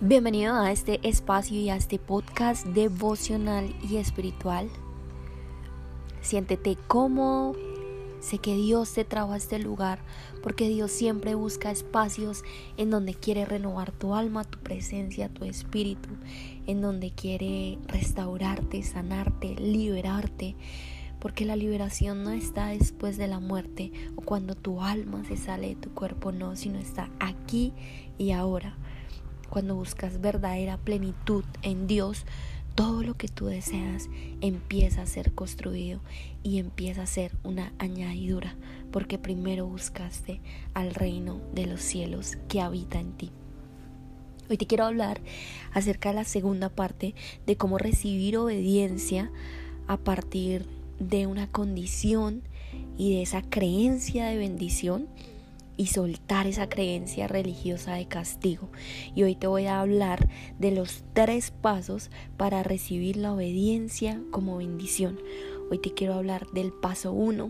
Bienvenido a este espacio y a este podcast devocional y espiritual. Siéntete cómodo. Sé que Dios te trajo a este lugar porque Dios siempre busca espacios en donde quiere renovar tu alma, tu presencia, tu espíritu, en donde quiere restaurarte, sanarte, liberarte. Porque la liberación no está después de la muerte o cuando tu alma se sale de tu cuerpo, no, sino está aquí y ahora. Cuando buscas verdadera plenitud en Dios, todo lo que tú deseas empieza a ser construido y empieza a ser una añadidura, porque primero buscaste al reino de los cielos que habita en ti. Hoy te quiero hablar acerca de la segunda parte de cómo recibir obediencia a partir de una condición y de esa creencia de bendición y soltar esa creencia religiosa de castigo. Y hoy te voy a hablar de los 3 pasos para recibir la obediencia como bendición. Hoy te quiero hablar del paso 1.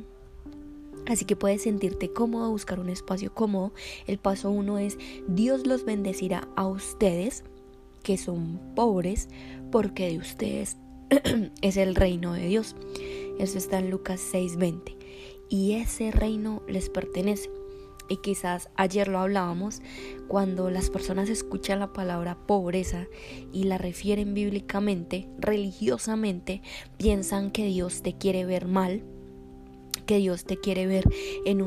Así que puedes sentirte cómodo, buscar un espacio cómodo. El paso 1 es: Dios los bendecirá a ustedes, que son pobres, porque de ustedes es el reino de Dios. Eso está en Lucas 6:20. Y ese reino les pertenece. Y quizás ayer lo hablábamos, cuando las personas escuchan la palabra pobreza y la refieren bíblicamente, religiosamente, piensan que Dios te quiere ver mal, que Dios te quiere ver en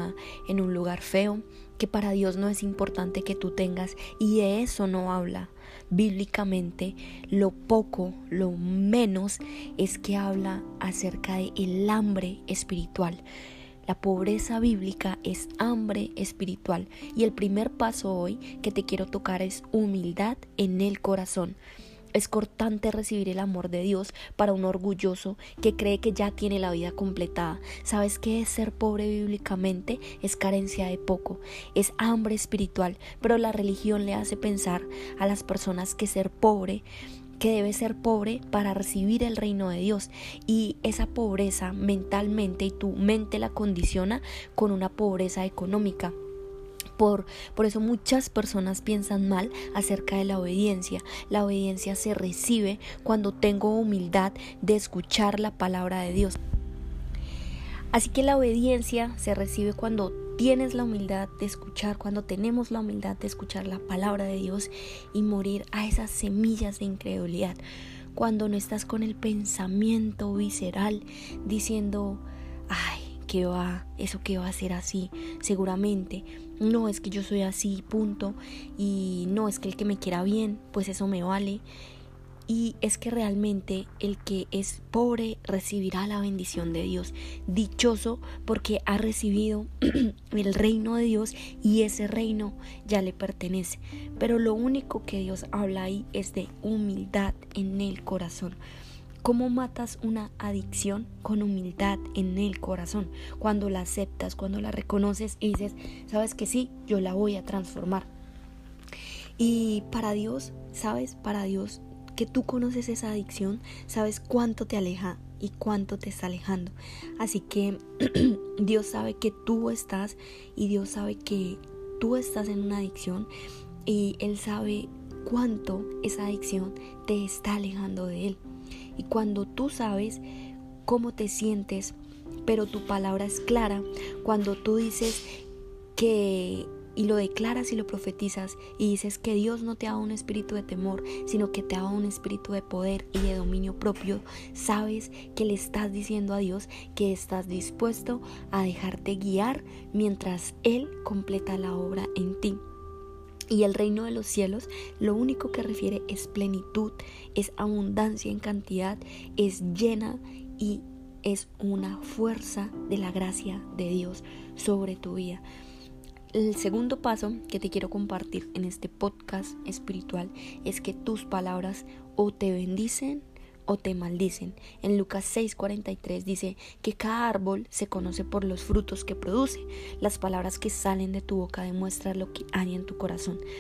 un lugar feo, que para Dios no es importante que tú tengas, y de eso no habla. Bíblicamente, lo poco, lo menos es que habla acerca del hambre espiritual. La pobreza bíblica es hambre espiritual, y el primer paso hoy que te quiero tocar es humildad en el corazón. Es cortante recibir el amor de Dios para un orgulloso que cree que ya tiene la vida completada. ¿Sabes qué es ser pobre bíblicamente? Es carencia de poco, es hambre espiritual, pero la religión le hace pensar a las personas que debe ser pobre para recibir el reino de Dios, y esa pobreza mentalmente y tu mente la condiciona con una pobreza económica. Por eso muchas personas piensan mal acerca de la obediencia. La obediencia se recibe cuando tengo humildad de escuchar la palabra de Dios. Así que la obediencia se recibe cuando tienes la humildad de escuchar, cuando tenemos la humildad de escuchar la palabra de Dios y morir a esas semillas de incredulidad. Cuando no estás con el pensamiento visceral diciendo: ay, eso que va a ser así, seguramente, no, es que yo soy así, punto, y no, es que el que me quiera bien, pues eso me vale. Y es que realmente el que es pobre recibirá la bendición de Dios. Dichoso porque ha recibido el reino de Dios y ese reino ya le pertenece. Pero lo único que Dios habla ahí es de humildad en el corazón. ¿Cómo matas una adicción? Con humildad en el corazón. Cuando la aceptas, cuando la reconoces y dices: sabes que sí, yo la voy a transformar. Y para Dios, ¿sabes? Para Dios, que tú conoces esa adicción, sabes cuánto te aleja y cuánto te está alejando. Así que Dios sabe que tú estás, y Dios sabe que tú estás en una adicción, y Él sabe cuánto esa adicción te está alejando de Él. Y cuando tú sabes cómo te sientes, pero tu palabra es clara, cuando tú dices y lo declaras y lo profetizas y dices que Dios no te ha dado un espíritu de temor, sino que te ha dado un espíritu de poder y de dominio propio, sabes que le estás diciendo a Dios que estás dispuesto a dejarte guiar mientras Él completa la obra en ti. Y el reino de los cielos lo único que refiere es plenitud, es abundancia en cantidad, es llena y es una fuerza de la gracia de Dios sobre tu vida. El segundo paso que te quiero compartir en este podcast espiritual es que tus palabras o te bendicen o te maldicen. En Lucas 6:43 dice que cada árbol se conoce por los frutos que produce. Las palabras que salen de tu boca demuestran lo que hay en tu corazón.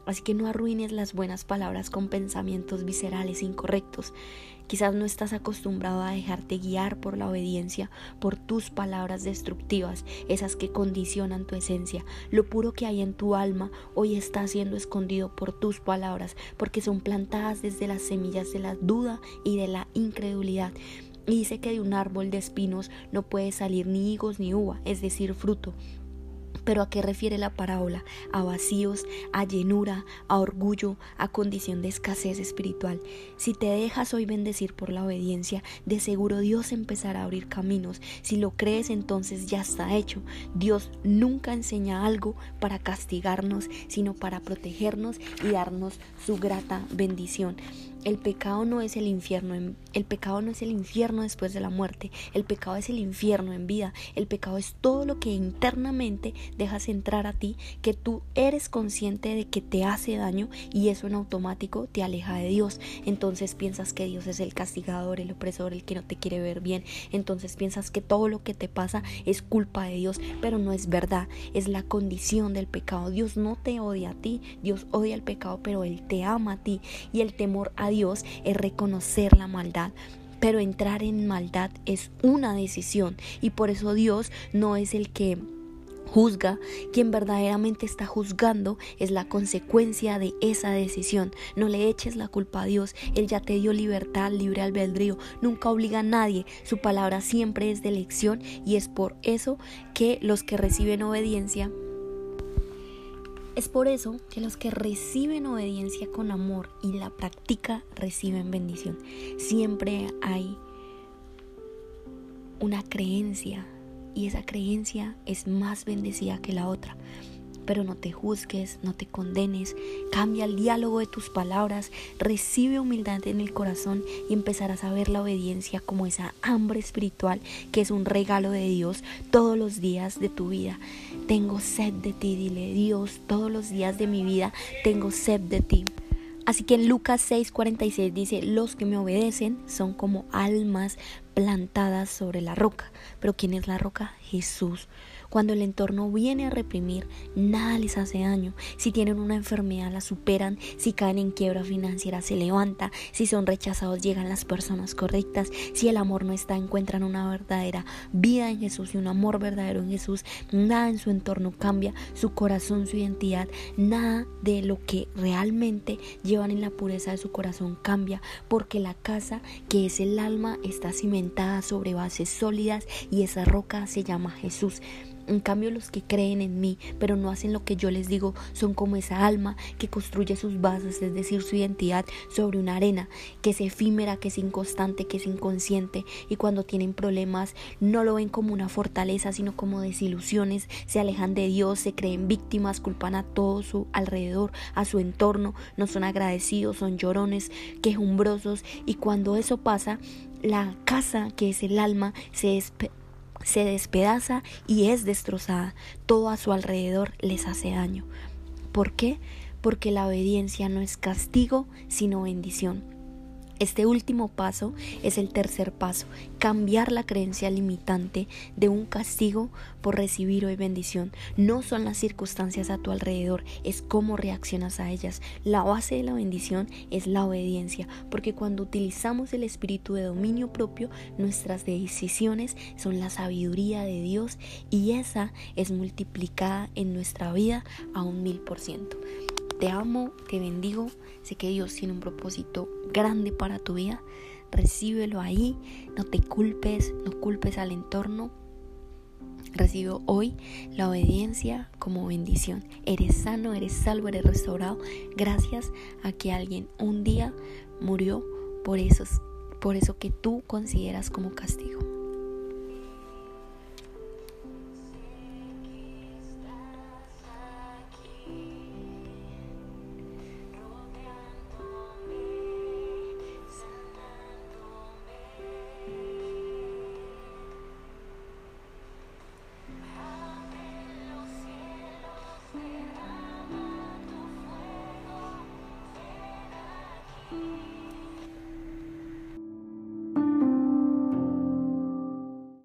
Así que no arruines las buenas palabras con pensamientos viscerales incorrectos. Quizás no estás acostumbrado a dejarte guiar por la obediencia, por tus palabras destructivas, esas que condicionan tu esencia. Lo puro que hay en tu alma hoy está siendo escondido por tus palabras, porque son plantadas desde las semillas de la duda y de la incredulidad. Y dice que de un árbol de espinos no puede salir ni higos ni uva, es decir, fruto. ¿Pero a qué refiere la parábola? A vacíos, a llenura, a orgullo, a condición de escasez espiritual. Si te dejas hoy bendecir por la obediencia, de seguro Dios empezará a abrir caminos. Si lo crees, entonces ya está hecho. Dios nunca enseña algo para castigarnos, sino para protegernos y darnos su grata bendición. El pecado no es el infierno después de la muerte. El pecado es el infierno en vida. El pecado es todo lo que internamente dejas entrar a ti, que tú eres consciente de que te hace daño, y eso en automático te aleja de Dios. Entonces piensas que Dios es el castigador, el opresor, el que no te quiere ver bien. Entonces piensas que todo lo que te pasa es culpa de Dios, pero no es verdad. Es la condición del pecado. Dios no te odia a ti, Dios odia el pecado, pero Él te ama a ti. Y el temor a Dios es reconocer la maldad, pero entrar en maldad es una decisión, y por eso Dios no es el que juzga. Quien verdaderamente está juzgando es la consecuencia de esa decisión. No le eches la culpa a Dios. Él ya te dio libertad, libre albedrío. Nunca obliga a nadie. Su palabra siempre es de elección, y es por eso que los que reciben obediencia con amor y la práctica reciben bendición. Siempre hay una creencia, y esa creencia es más bendecida que la otra. Pero no te juzgues, no te condenes, cambia el diálogo de tus palabras, recibe humildad en el corazón y empezarás a ver la obediencia como esa hambre espiritual que es un regalo de Dios todos los días de tu vida. Tengo sed de ti, dile: Dios, todos los días de mi vida tengo sed de ti. Así que en Lucas 6:46 dice: los que me obedecen son como almas plantadas sobre la roca. ¿Pero quién es la roca? Jesús. Cuando el entorno viene a reprimir, nada les hace daño. Si tienen una enfermedad, la superan. Si caen en quiebra financiera, se levanta. Si son rechazados, llegan las personas correctas. Si el amor no está, encuentran una verdadera vida en Jesús y un amor verdadero en Jesús. Nada en su entorno cambia, su corazón, su identidad, nada de lo que realmente llevan en la pureza de su corazón cambia, porque la casa, que es el alma, está cimentada sobre bases sólidas, y esa roca se llama Jesús. En cambio, los que creen en mí, pero no hacen lo que yo les digo, son como esa alma que construye sus bases, es decir, su identidad, sobre una arena que es efímera, que es inconstante, que es inconsciente, y cuando tienen problemas no lo ven como una fortaleza, sino como desilusiones. Se alejan de Dios, se creen víctimas, culpan a todo su alrededor, a su entorno, no son agradecidos, son llorones, quejumbrosos, y cuando eso pasa, la casa, que es el alma, se despedaza y es destrozada. Todo a su alrededor les hace daño. ¿Por qué? Porque la obediencia no es castigo, sino bendición. Este último paso es el tercer paso: cambiar la creencia limitante de un castigo por recibir hoy bendición. No son las circunstancias a tu alrededor, es cómo reaccionas a ellas. La base de la bendición es la obediencia, porque cuando utilizamos el espíritu de dominio propio, nuestras decisiones son la sabiduría de Dios, y esa es multiplicada en nuestra vida a 1000%. Te amo, te bendigo. Sé que Dios tiene un propósito grande para tu vida. Recíbelo ahí. No te culpes, no culpes al entorno. Recibe hoy la obediencia como bendición. Eres sano, eres salvo, eres restaurado, gracias a que alguien un día murió por eso que tú consideras como castigo.